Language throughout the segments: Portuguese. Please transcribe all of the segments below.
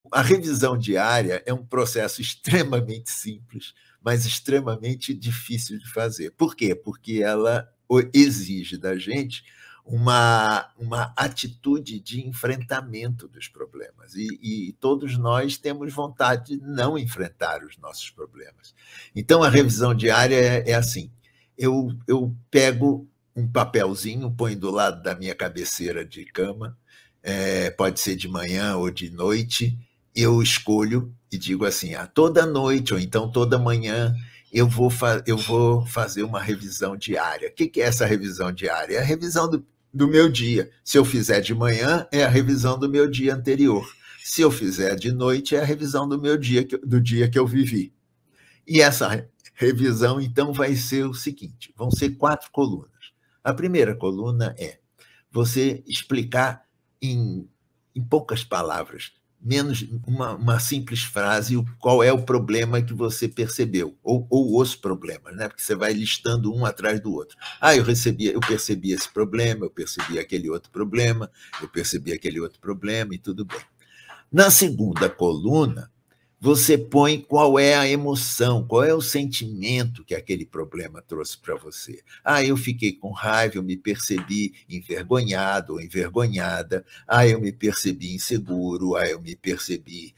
A revisão diária é um processo extremamente simples, mas extremamente difícil de fazer. Por quê? Porque ela exige da gente uma atitude de enfrentamento dos problemas. E todos nós temos vontade de não enfrentar os nossos problemas. Então, a revisão diária é assim: eu pego um papelzinho, ponho do lado da minha cabeceira de cama, pode ser de manhã ou de noite, eu escolho e digo assim: toda noite ou então toda manhã eu vou fazer uma revisão diária. O que é essa revisão diária? É a revisão do meu dia. Se eu fizer de manhã, é a revisão do meu dia anterior. Se eu fizer de noite, é a revisão do dia que eu vivi. E essa revisão, então, vai ser o seguinte: vão ser 4 colunas. A primeira coluna é você explicar em poucas palavras, menos uma simples frase, qual é o problema que você percebeu, ou os problemas, né? Porque você vai listando um atrás do outro. Eu percebi esse problema, eu percebi aquele outro problema, eu percebi aquele outro problema, e tudo bem. Na segunda coluna, você põe qual é a emoção, qual é o sentimento que aquele problema trouxe para você. Eu fiquei com raiva, eu me percebi envergonhado ou envergonhada. Eu me percebi inseguro. Eu me percebi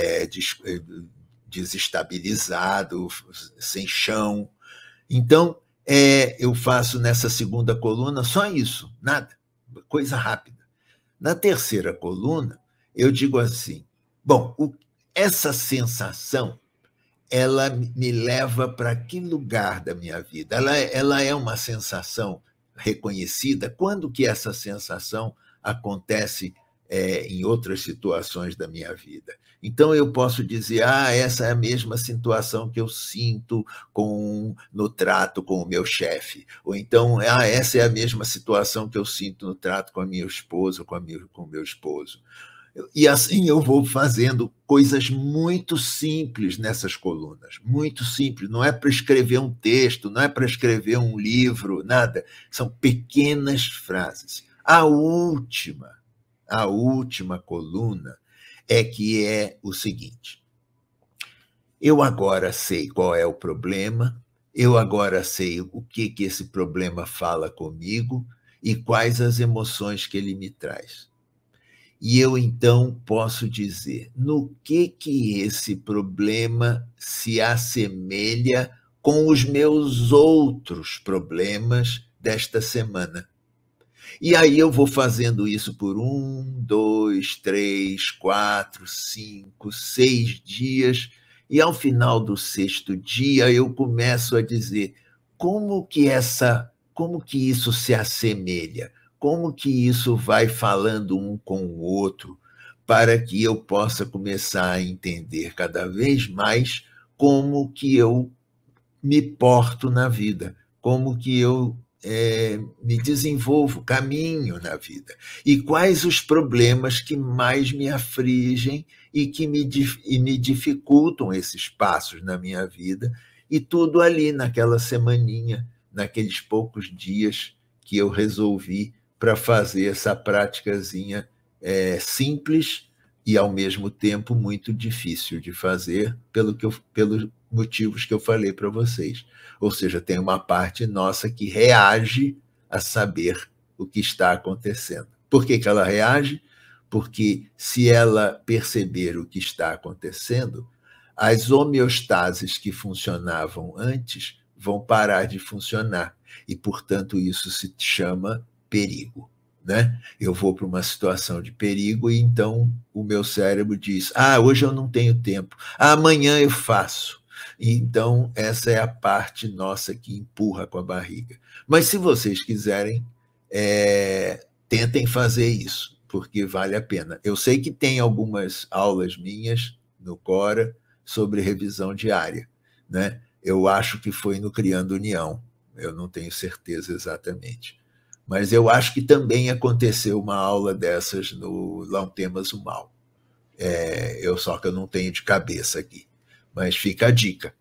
desestabilizado, sem chão. Então, eu faço nessa segunda coluna só isso, nada, coisa rápida. Na terceira coluna, eu digo assim: bom, essa sensação, ela me leva para que lugar da minha vida? Ela é uma sensação reconhecida? Quando que essa sensação acontece em outras situações da minha vida? Então, eu posso dizer: essa é a mesma situação que eu sinto no trato com o meu chefe. Ou então, essa é a mesma situação que eu sinto no trato com a minha esposa, com o meu esposo. E assim eu vou fazendo coisas muito simples nessas colunas, muito simples. Não é para escrever um texto, não é para escrever um livro, nada. São pequenas frases. A última coluna que é o seguinte: eu agora sei qual é o problema, eu agora sei o que esse problema fala comigo e quais as emoções que ele me traz. E eu, então, posso dizer no que esse problema se assemelha com os meus outros problemas desta semana. E aí eu vou fazendo isso por 1, 2, 3, 4, 5, 6 dias, e ao final do 6º dia eu começo a dizer como que isso se assemelha, como que isso vai falando um com o outro, para que eu possa começar a entender cada vez mais como que eu me porto na vida, como que eu me desenvolvo, caminho na vida, e quais os problemas que mais me afligem e que me dificultam esses passos na minha vida, e tudo ali naquela semaninha, naqueles poucos dias que eu resolvi para fazer essa praticazinha simples e, ao mesmo tempo, muito difícil de fazer, pelos motivos que eu falei para vocês. Ou seja, tem uma parte nossa que reage a saber o que está acontecendo. Por que ela reage? Porque, se ela perceber o que está acontecendo, as homeostases que funcionavam antes vão parar de funcionar. E, portanto, isso se chama perigo. Né? Eu vou para uma situação de perigo e então o meu cérebro diz: hoje eu não tenho tempo, amanhã eu faço. Então, essa é a parte nossa que empurra com a barriga. Mas, se vocês quiserem, tentem fazer isso, porque vale a pena. Eu sei que tem algumas aulas minhas no Cora sobre revisão diária, né? Eu acho que foi no Criando União, eu não tenho certeza exatamente. Mas eu acho que também aconteceu uma aula dessas no Não Temas o Mal. Só que eu não tenho de cabeça aqui. Mas fica a dica.